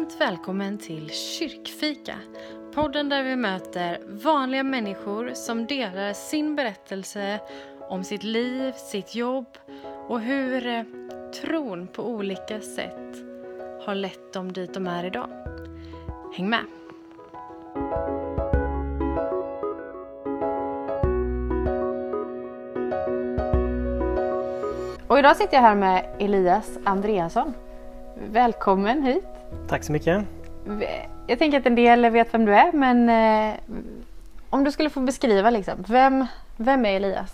Varmt välkommen till Kyrkfika, podden där vi möter vanliga människor som delar sin berättelse om sitt liv, sitt jobb och hur tron på olika sätt har lett dem dit de är idag. Häng med! Och idag sitter jag här med Elias Andreasson. Välkommen hit. Tack så mycket. Jag tänker att en del vet vem du är, men om du skulle få beskriva liksom, vem är Elias?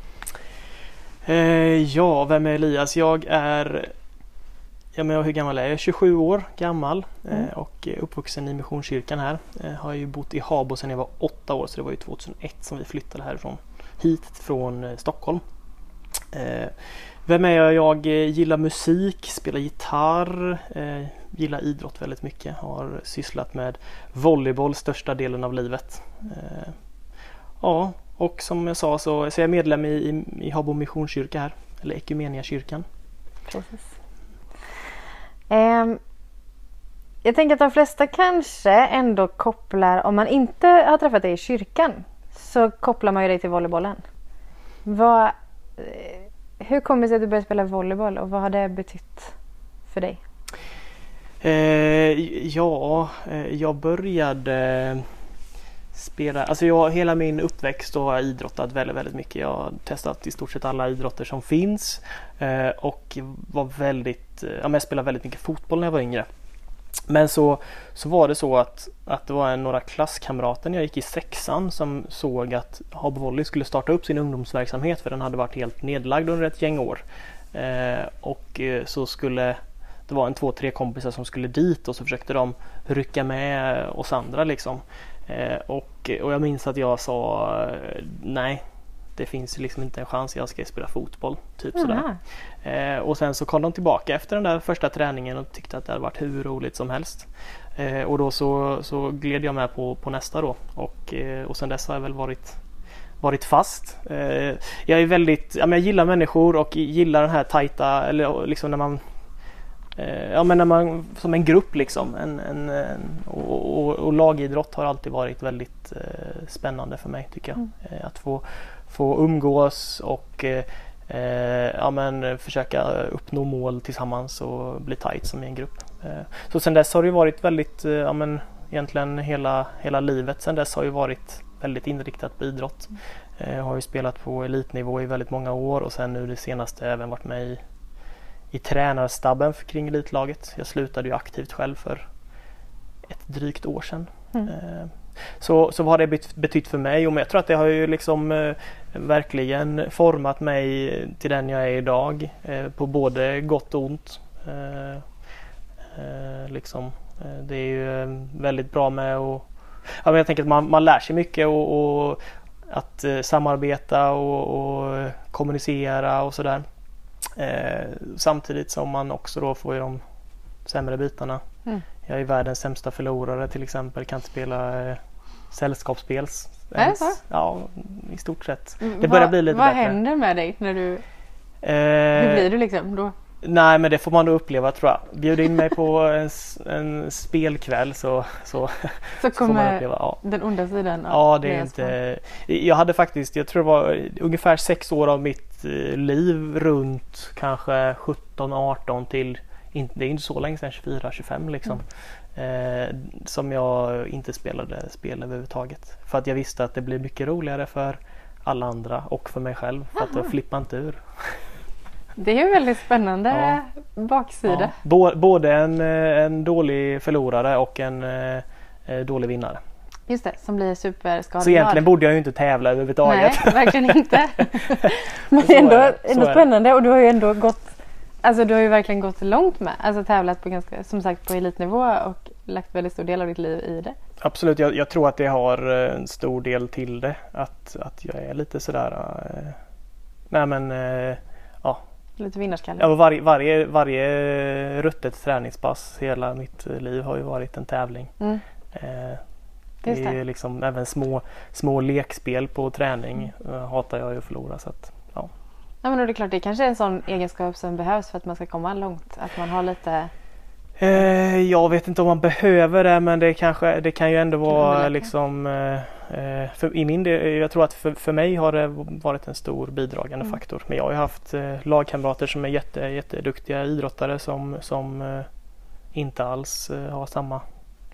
Vem är Elias? Jag är, hur gammal är jag? 27 år gammal och uppvuxen i Missionskyrkan här. Har ju bott i Habo sedan jag var 8 år, så det var ju 2001 som vi flyttade härifrån hit från Stockholm. Vem är jag? Jag gillar musik, spelar gitarr, gillar idrott väldigt mycket. Har sysslat med volleyboll största delen av livet. Och som jag sa så är jag medlem i Habo Missionskyrka här, eller Ekumeniakyrkan. Precis. Jag tänker att de flesta kanske ändå kopplar, om man inte har träffat dig i kyrkan, så kopplar man ju dig till volleybollen. Hur kommer det sig att du började spela volleyboll och vad har det betytt för dig? Jag började spela, hela min uppväxt har jag idrottat väldigt, väldigt mycket. Jag har testat i stort sett alla idrotter som finns och jag spelade väldigt mycket fotboll när jag var yngre. Men så var det så att det var några klasskamrater när jag gick i 6:an som såg att Habo Volley skulle starta upp sin ungdomsverksamhet, för den hade varit helt nedlagd under ett gäng år. Så skulle det var 2-3 kompisar som skulle dit, och så försökte de rycka med oss andra liksom. Och jag minns att jag sa nej, det finns liksom inte en chans, jag ska spela fotboll typ sådär. Och sen så kom de tillbaka efter den där första träningen och tyckte att det hade varit hur roligt som helst. Och då så gled jag med på nästa då, och sen dess har jag väl varit fast. Jag är väldigt, jag gillar människor och gillar den här tajta, eller liksom när man som en grupp liksom, och lagidrott har alltid varit väldigt spännande för mig, tycker jag. Att få umgås och försöka uppnå mål tillsammans och bli tajt som i en grupp. Så sen dess har det varit väldigt, egentligen hela livet sen dess har ju varit väldigt inriktat på idrott. Jag har ju spelat på elitnivå i väldigt många år, och sen nu det senaste även varit med i tränarstabben kring elitlaget. Jag slutade ju aktivt själv för ett drygt år sedan. Så vad har det betytt för mig? Och jag tror att det har ju liksom verkligen format mig till den jag är idag, på både gott och ont. Det är ju väldigt bra med, och jag tänker att man lär sig mycket och att samarbeta och kommunicera och sådär. Samtidigt som man också då får ju de sämre bitarna. Jag är världens sämsta förlorare till exempel, kan inte spela sällskapsspel ens. Ja, i stort sett. Det börjar bli lite bättre. Vad händer med dig när du hur blir du liksom då? Nej, men det får man då uppleva, tror jag. Bjud in mig på en spelkväll så får man uppleva. Den onda sidan. Ja, det är inte. Jag hade faktiskt, jag tror det var ungefär 6 år av mitt liv runt kanske 17-18 till, det är inte så länge sedan, 24-25 liksom. Som jag inte spelade spel överhuvudtaget. För att jag visste att det blir mycket roligare för alla andra och för mig själv. För att jag flippar inte ur. Det är ju en väldigt spännande baksida. Ja. Både en dålig förlorare och en dålig vinnare. Just det, som blir superskadeglad. Så egentligen borde jag ju inte tävla överhuvudtaget. Nej, verkligen inte. Men ändå spännande, och du har ju ändå du har ju verkligen gått långt med. Alltså tävlat på ganska, som sagt, på elitnivå och lagt väldigt stor del av ditt liv i det. Absolut, jag tror att det har en stor del till det. Att jag är lite sådär... Lite vinnarskalle. Ja, varje ruttet träningspass hela mitt liv har ju varit en tävling. Det är ju liksom även små lekspel på träning hatar jag ju att förlora, så att ja. Ja, men det är klart, det kanske är en sån egenskap som behövs för att man ska komma långt, att man har lite Jag vet inte om man behöver det, men det kan ju ändå vara liksom i min del, jag tror att för mig har det varit en stor bidragande faktor. Men jag har ju haft lagkamrater som är jätteduktiga idrottare som inte alls har samma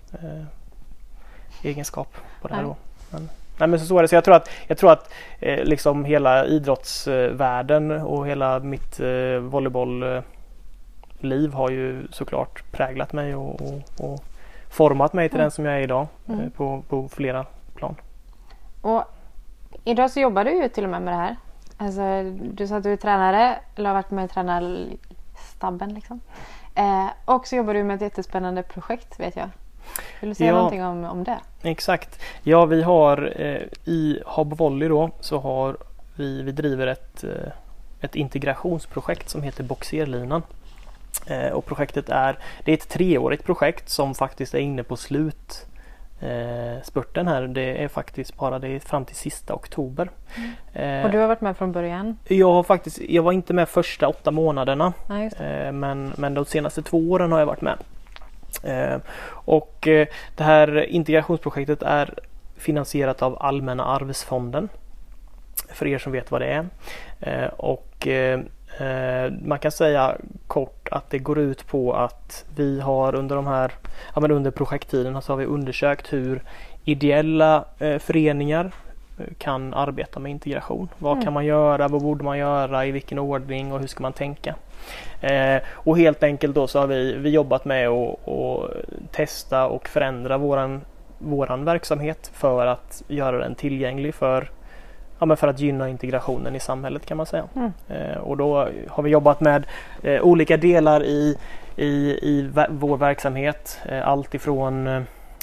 egenskap på det här då. Men så är det. Så jag tror att liksom hela idrottsvärlden och hela mitt volleybollliv har ju såklart präglat mig och format mig till den som jag är idag på flera plan. Och idag så jobbar du ju till och med det här. Alltså, du sa att du är tränare eller har varit med i tränarstabben liksom. Och så jobbar du med ett jättespännande projekt, vet jag. Vill du säga någonting om det? Exakt. Ja, vi har i Habo Volley då så har vi driver ett integrationsprojekt som heter Boxerlinan. Och projektet är ett 3-årigt projekt som faktiskt är inne på slutspurten här. Det är faktiskt bara fram till sista oktober. Och du har varit med från början? Jag var inte med första 8 månaderna. Ja, men de senaste 2 åren har jag varit med. Och det här integrationsprojektet är finansierat av Allmänna arvsfonden. För er som vet vad det är. Och man kan säga kort att det går ut på att vi har under projekttiden så har vi undersökt hur ideella föreningar kan arbeta med integration. Vad kan man göra, vad borde man göra, i vilken ordning och hur ska man tänka? Och helt enkelt då så har vi jobbat med att testa och förändra våran verksamhet för att göra den tillgänglig för att gynna integrationen i samhället, kan man säga. Och då har vi jobbat med olika delar i vår verksamhet. Allt ifrån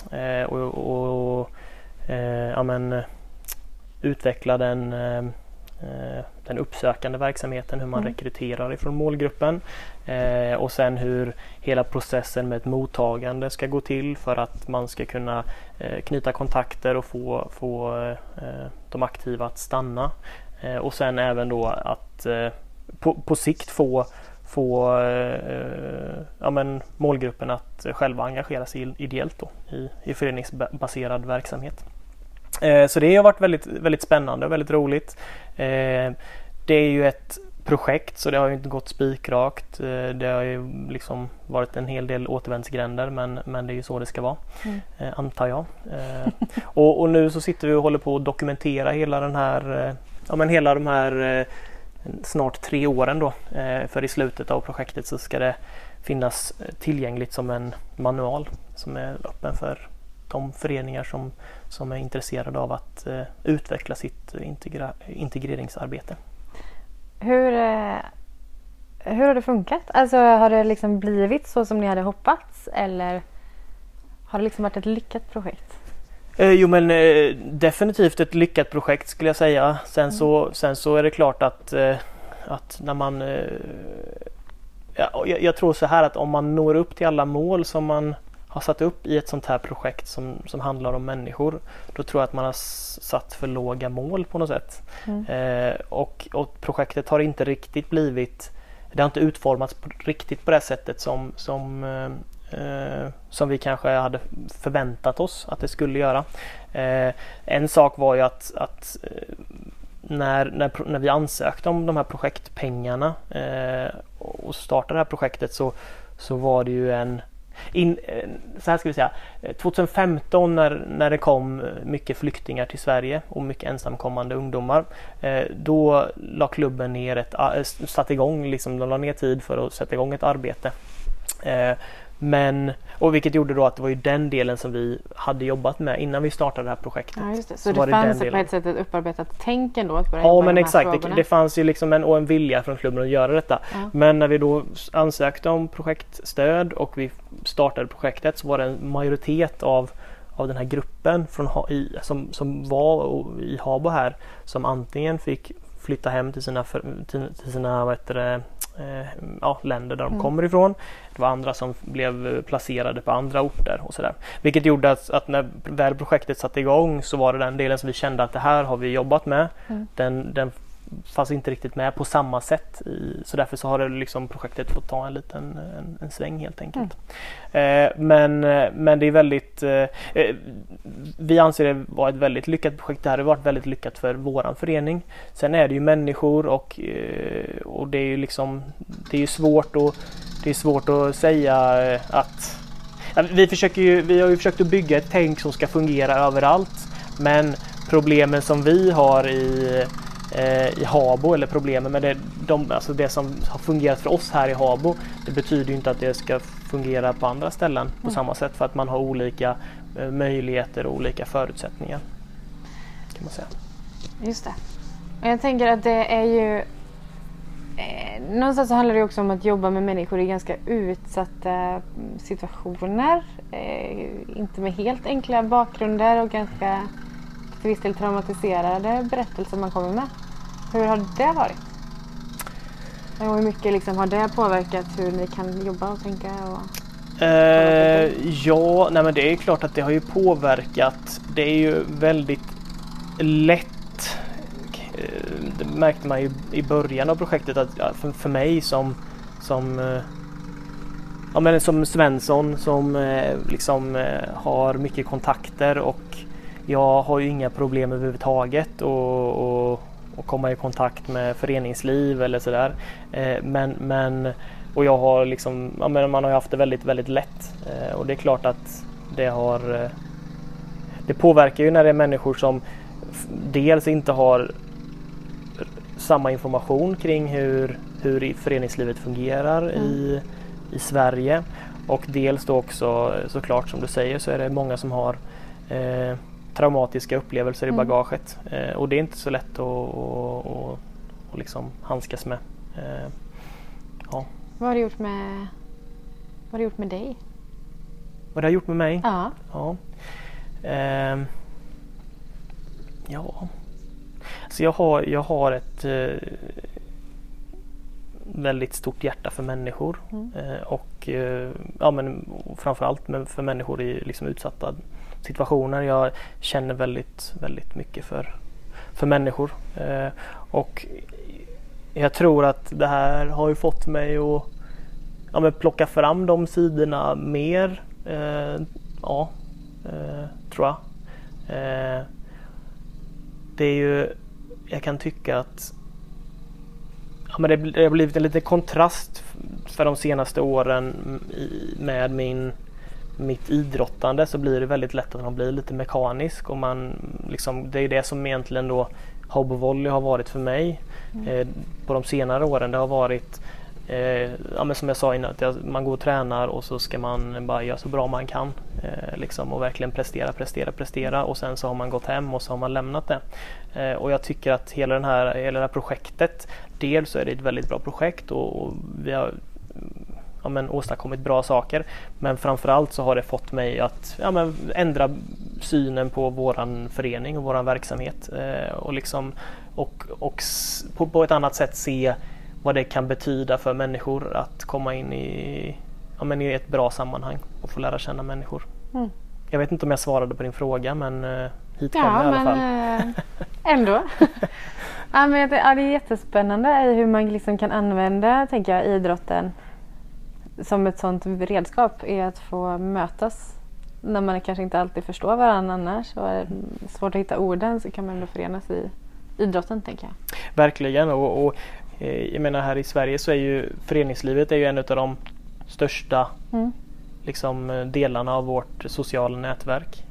utveckla den uppsökande verksamheten, hur man rekryterar ifrån målgruppen och sen hur hela processen med ett mottagande ska gå till för att man ska kunna knyta kontakter och få de aktiva att stanna och sen även då att på sikt få målgruppen att själva engagera sig ideellt då, i föreningsbaserad verksamhet. Så det har varit väldigt, väldigt spännande och väldigt roligt. Det är ju ett projekt så det har ju inte gått spikrakt. Det har ju liksom varit en hel del återvändsgränder men det är ju så det ska vara, antar jag. Och nu så sitter vi och håller på att dokumentera hela de här snart 3 åren då. För i slutet av projektet så ska det finnas tillgängligt som en manual som är öppen för de föreningar som är intresserade av att utveckla sitt integreringsarbete. Hur har det funkat? Alltså har det liksom blivit så som ni hade hoppats eller har det liksom varit ett lyckat projekt? Definitivt ett lyckat projekt skulle jag säga. Sen så är det klart att när man jag tror så här att om man når upp till alla mål som man har satt upp i ett sånt här projekt som handlar om människor, då tror jag att man har satt för låga mål på något sätt. Och projektet har inte riktigt det har inte utformats riktigt på det sättet som vi kanske hade förväntat oss att det skulle göra. En sak var ju att när vi ansökte om de här projektpengarna och startade det här projektet så var det ju så här ska vi säga, 2015 när det kom mycket flyktingar till Sverige och mycket ensamkommande ungdomar, då la klubben ner de la ner tid för att sätta igång ett arbete. Och vilket gjorde då att det var ju den delen som vi hade jobbat med innan vi startade det här projektet. Ja, just det. Så det fanns på ett sätt ett upparbetat tänk ändå att börja jobba med de här frågorna? Det fanns ju liksom en vilja från klubben att göra detta. Ja. Men när vi då ansökte om projektstöd och vi startade projektet så var det en majoritet av den här gruppen som var i Habo här som antingen fick flytta hem till sina länder där de kommer ifrån. Det var andra som blev placerade på andra orter och sådär. Vilket gjorde att när väl projektet satte igång så var det den delen som vi kände att det här har vi jobbat med. Den fanns inte riktigt med på samma sätt. Så därför så har det liksom projektet fått ta en liten en sväng helt enkelt. Men det är väldigt... vi anser det vara ett väldigt lyckat projekt. Det här har varit väldigt lyckat för våran förening. Sen är det ju människor och det är ju liksom... Det är svårt att säga att... Vi har ju försökt att bygga ett tänk som ska fungera överallt. Men problemen som vi har i Habo, eller problemen med det som har fungerat för oss här i Habo, det betyder ju inte att det ska fungera på andra ställen på samma sätt, för att man har olika möjligheter och olika förutsättningar, kan man säga. Just det. Och jag tänker att det är ju någonstans så handlar det också om att jobba med människor i ganska utsatta situationer, inte med helt enkla bakgrunder och ganska till viss del traumatiserade berättelser man kommer med. Hur har det varit? Och hur mycket liksom har det påverkat hur ni kan jobba och tänka? Men det är klart att det har ju påverkat. Det är ju väldigt lätt. Det märkte man ju i början av projektet att för mig som Svensson som har mycket kontakter, och jag har ju inga problem överhuvudtaget och komma i kontakt med föreningsliv eller sådär. Och jag har liksom, man har ju haft det väldigt, väldigt lätt. Och det är klart att det påverkar ju när det är människor som dels inte har samma information kring hur föreningslivet fungerar i Sverige, och dels då också, såklart som du säger, så är det många som har traumatiska upplevelser i bagaget, och det är inte så lätt att liksom handskas med. Ja. Vad har det gjort med dig? Vad det har gjort med mig? Ja. Så jag har ett väldigt stort hjärta för människor, och framförallt för människor i liksom utsatta situationer. Jag känner väldigt, väldigt mycket för människor, och jag tror att det här har ju fått mig att plocka fram de sidorna mer, tror jag. Det är ju, jag kan tycka att det har blivit en liten kontrast för de senaste åren med mitt idrottande, så blir det väldigt lätt att man blir lite mekanisk, och det är det som egentligen då Habovolley har varit för mig på de senare åren. Det har varit som jag sa innan, att man går och tränar och så ska man bara göra så bra man kan, och verkligen prestera, och sen så har man gått hem och så har man lämnat det. Och jag tycker att hela det här projektet, dels så är det ett väldigt bra projekt och vi har åstadkommit bra saker, men framförallt så har det fått mig att ändra synen på våran förening och våran verksamhet, och på ett annat sätt se vad det kan betyda för människor att komma in i ett bra sammanhang och få lära känna människor. Jag vet inte om jag svarade på din fråga, men hit kom jag i alla fall. Ändå. Det är jättespännande i hur man liksom kan använda, tänker jag, idrotten som ett sånt redskap i att få mötas när man kanske inte alltid förstår varandra annars, och är svårt att hitta orden, så kan man ändå förenas i idrotten, tänker jag. Verkligen, och jag menar, här i Sverige så är ju föreningslivet en av de största delarna av vårt sociala nätverk,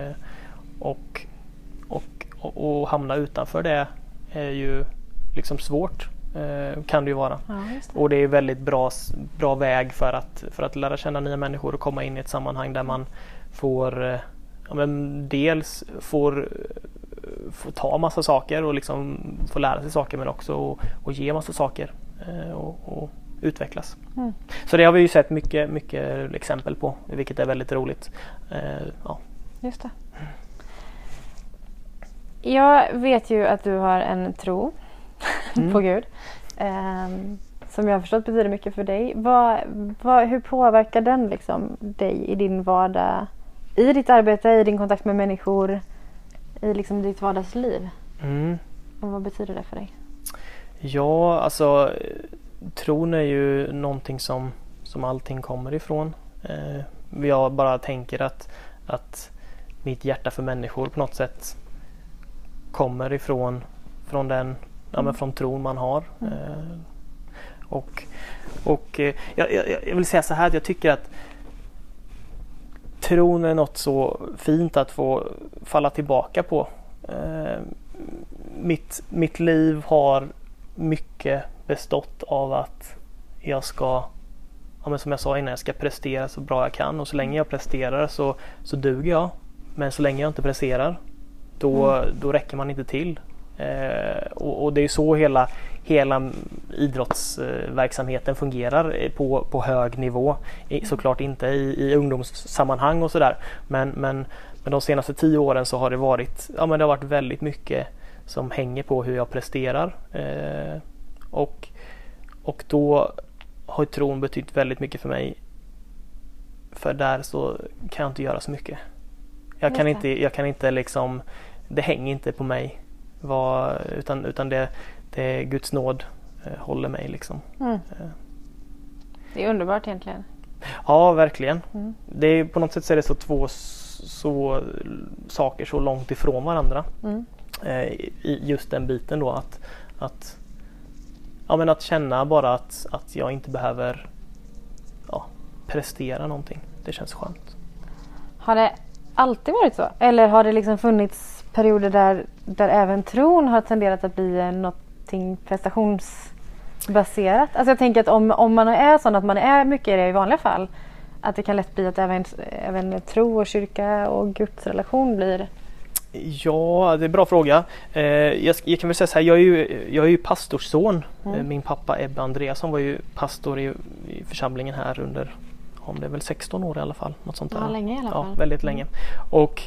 och hamna utanför det är ju svårt, kan det ju vara. Ja, just det. Och det är väldigt bra väg för att lära känna nya människor och komma in i ett sammanhang där man får dels får ta massa saker och få lära sig saker, men också och ge massa saker och utvecklas. Så det har vi ju sett mycket exempel på, vilket är väldigt roligt. Just det. Jag vet ju att du har en tro på Gud, som jag har förstått betyder mycket för dig. Hur påverkar den dig i din vardag, i ditt arbete, i din kontakt med människor, i ditt vardagsliv? Och vad betyder det för dig? Ja, alltså tron är ju någonting som allting kommer ifrån. Jag bara tänker att mitt hjärta för människor på något sätt kommer ifrån den, men från tron man har. Jag vill säga så här att jag tycker att tron är något så fint att få falla tillbaka på. Mitt liv har mycket bestått av att jag ska, som jag sa innan, jag ska prestera så bra jag kan, och så länge jag presterar så duger jag. Men så länge jag inte presterar då räcker man inte till. Och det är så hela idrottsverksamheten fungerar på hög nivå. Såklart inte i ungdomssammanhang och sådär. Men de senaste 10 åren så har det varit, det har varit väldigt mycket som hänger på hur jag presterar. Och då har tron betytt väldigt mycket för mig. För där så kan jag inte göra så mycket. Jag kan inte liksom, det hänger inte på mig. Utan det är Guds nåd håller mig liksom. Det är underbart egentligen. Ja, verkligen. Det är, på något sätt så är det så två saker så långt ifrån varandra. I just den biten då att känna bara att jag inte behöver prestera någonting. Det känns skönt. Har det alltid varit så? Eller har det liksom funnits perioder där även tron har tenderat att bli någonting prestationsbaserat? Alltså jag tänker att om man är sån att man är mycket i det i vanliga fall, att det kan lätt bli att även tro och kyrka och Guds relation blir. Ja, det är en bra fråga. Jag kan väl säga så här, jag är ju pastorsson. Min pappa Ebbe Andreasson var ju pastor i församlingen här under, om det är väl 16 år i alla fall. Något sånt där. Ja, länge i alla fall. Ja, väldigt länge. Och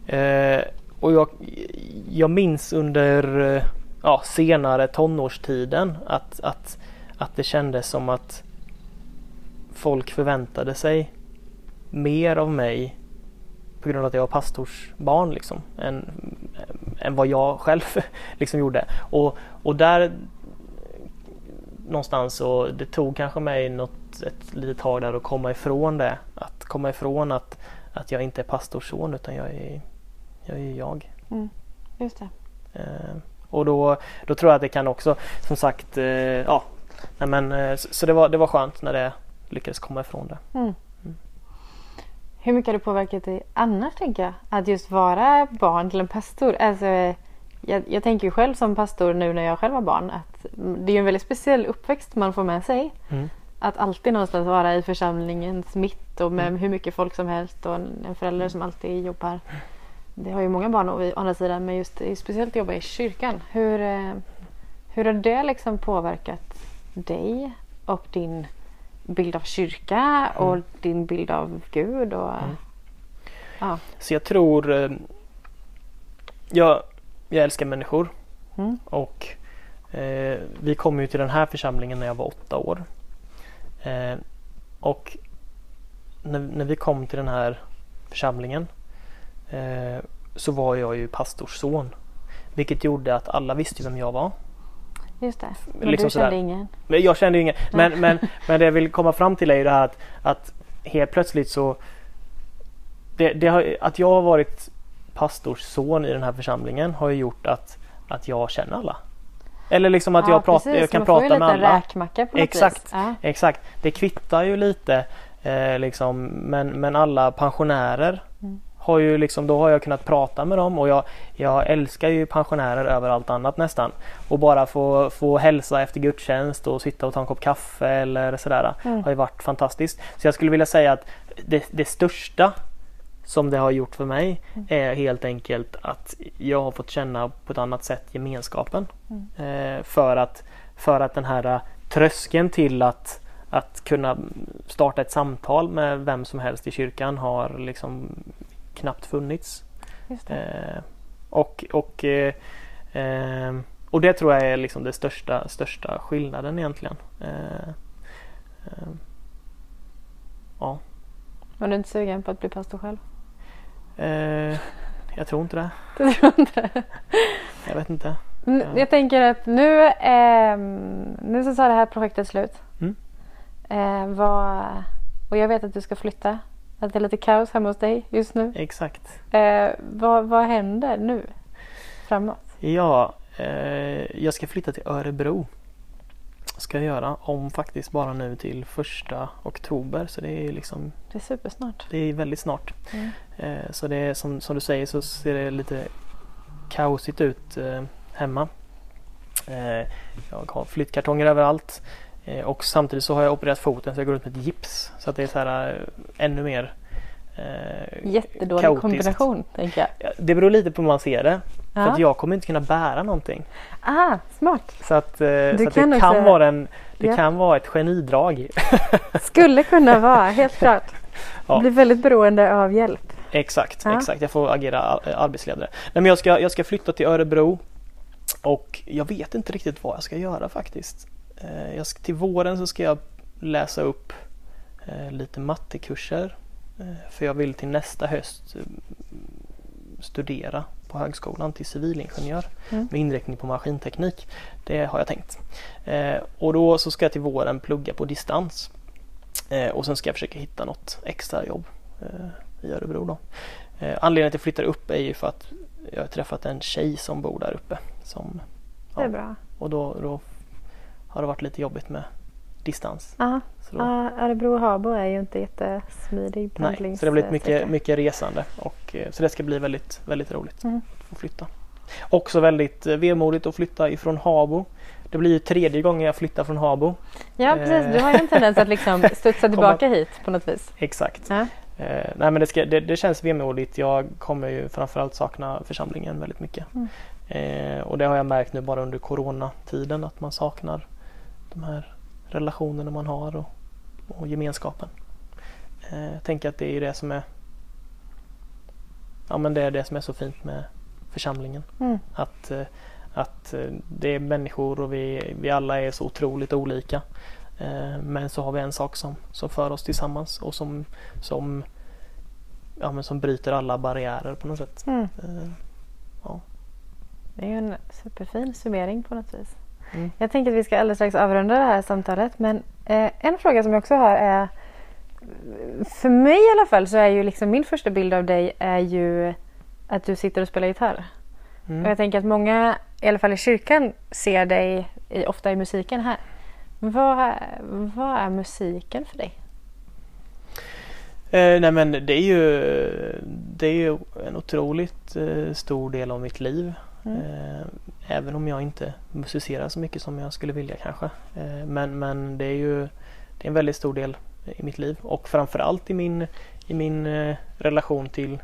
jag minns under senare tonårstiden att det kändes som att folk förväntade sig mer av mig på grund av att jag var pastorsbarn liksom, än vad jag själv liksom gjorde. Och där någonstans så det tog kanske mig ett litet tag där att komma ifrån det. Att komma ifrån att jag inte är pastorsson, utan jag är jag. Just det. Och då tror jag att det kan också, som sagt, så det var skönt när det lyckades komma ifrån det. Hur mycket har det påverkat dig annars, tänker jag, att just vara barn till en pastor? Alltså, jag tänker ju själv som pastor nu när jag själv var barn att det är en väldigt speciell uppväxt man får med sig. Att alltid någonstans vara i församlingens mitt och med hur mycket folk som helst och en förälder som alltid jobbar. Det har ju många barn å andra sidan, men just speciellt jobba i kyrkan. Hur har det liksom påverkat dig och din bild av kyrka och din bild av Gud? Så jag tror jag älskar människor och vi kom ju till den här församlingen när jag var 8 år och när vi kom till den här församlingen så var jag ju pastorsson, vilket gjorde att alla visste vem jag var. Just det, men liksom du kände ingen? Jag kände ingen, men det jag vill komma fram till är ju det här att helt plötsligt så att jag har varit pastorsson i den här församlingen har ju gjort att jag känner alla. Eller liksom att jag kan prata med alla. Räkmacka på något exakt, vis. Exakt. Det kvittar ju lite liksom, men alla pensionärer har ju liksom, då har jag kunnat prata med dem, och jag älskar ju pensionärer över allt annat nästan, och bara få hälsa efter gudstjänst och sitta och ta en kopp kaffe eller sådär har ju varit fantastiskt. Så jag skulle vilja säga att det största som det har gjort för mig är helt enkelt att jag har fått känna på ett annat sätt gemenskapen. För att den här tröskeln till att kunna starta ett samtal med vem som helst i kyrkan har liksom knappt funnits. Just det. Och det tror jag är liksom det största skillnaden egentligen. Ja. Var du inte sugen på att bli pastor själv? Jag tror inte det. Du tror inte det? Jag vet inte. Jag tänker att nu så tar det här projektet slut. Och jag vet att du ska flytta. Att det är lite kaos hemma hos dig just nu. Exakt. Vad händer nu framåt? Ja, jag ska flytta till Örebro. Ska jag göra om faktiskt bara nu till 1 oktober. Så det är liksom... Det är supersnart. Det är väldigt snart. Så det är som du säger, så ser det lite kaosigt ut hemma. Jag har flyttkartonger överallt. Och samtidigt så har jag opererat foten så jag går ut med ett gips. Så att det är så här ännu mer jättedålig kaotiskt. Kombination, tänker jag. Ja, det beror lite på hur man ser det. Ja. För att jag kommer inte kunna bära någonting. Smart. Så att det kan vara ett genidrag. Skulle kunna vara, helt klart. Ja. Blir väldigt beroende av hjälp. Exakt. Jag får agera arbetsledare. Nej, men jag ska flytta till Örebro. Och jag vet inte riktigt vad jag ska göra faktiskt. Till våren så ska jag läsa upp lite mattekurser. För jag vill till nästa höst studera på högskolan till civilingenjör med inriktning på maskinteknik. Det har jag tänkt. Och då så ska jag till våren plugga på distans. Och sen ska jag försöka hitta något extra jobb i Örebro då. Anledningen till att jag flyttar upp är ju för att jag har träffat en tjej som bor där uppe. Det är bra. Och då har det varit lite jobbigt med distans. Örebro och Habo är ju inte jättesmidig pendlings. Nej, så det har blivit mycket resande. Så det ska bli väldigt, väldigt roligt att få flytta. Också väldigt vemodigt att flytta ifrån Habo. Det blir ju 3:e gången jag flyttar från Habo. Ja, precis. Du har ju en tendens att liksom studsa tillbaka hit på något vis. Exakt. Nej, men det känns vemodigt. Jag kommer ju framförallt sakna församlingen väldigt mycket. Och det har jag märkt nu bara under coronatiden, att man saknar de här relationerna man har och gemenskapen. Jag tänker att det är ju det som är det är det som är så fint med församlingen. Att det är människor och vi alla är så otroligt olika. Men så har vi en sak som för oss tillsammans och som bryter alla barriärer på något sätt. Det är ju en superfin summering på något vis. Jag tänker att vi ska alldeles strax avrunda det här samtalet. Men en fråga som jag också har är, för mig i alla fall, så är ju liksom min första bild av dig är ju att du sitter och spelar gitarr. Och jag tänker att många, i alla fall i kyrkan, ser dig ofta i musiken här. Vad är musiken för dig? Nej, men det är ju en otroligt stor del av mitt liv. Även om jag inte musicerar så mycket som jag skulle vilja kanske. Men det är en väldigt stor del i mitt liv. Och framförallt i min relation till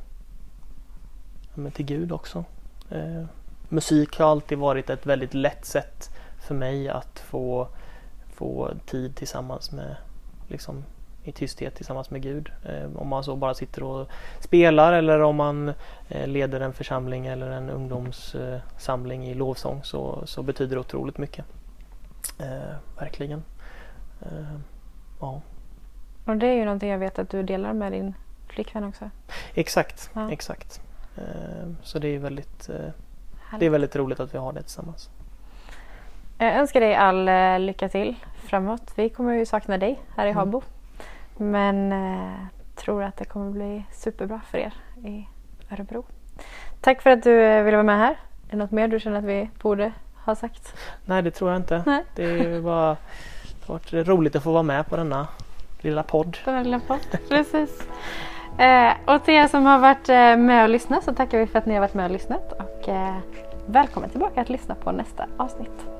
Gud också. Musik har alltid varit ett väldigt lätt sätt för mig att få tid tillsammans med, liksom, i tysthet tillsammans med Gud. Om man så bara sitter och spelar, eller om man leder en församling eller en ungdomssamling i lovsång, så betyder det otroligt mycket. Verkligen. Ja. Och det är ju någonting jag vet att du delar med din flickvän också. Exakt. Så det är väldigt roligt att vi har det tillsammans. Jag önskar dig all lycka till framåt. Vi kommer ju sakna dig här i Habo. Men tror att det kommer bli superbra för er i Örebro. Tack för att du ville vara med här. Är det något mer du känner att vi borde ha sagt? Nej, det tror jag inte. Nej. Det har varit roligt att få vara med på denna lilla podd. Precis. Och till er som har varit med och lyssnat, så tackar vi för att ni har varit med och lyssnat. Och välkommen tillbaka att lyssna på nästa avsnitt.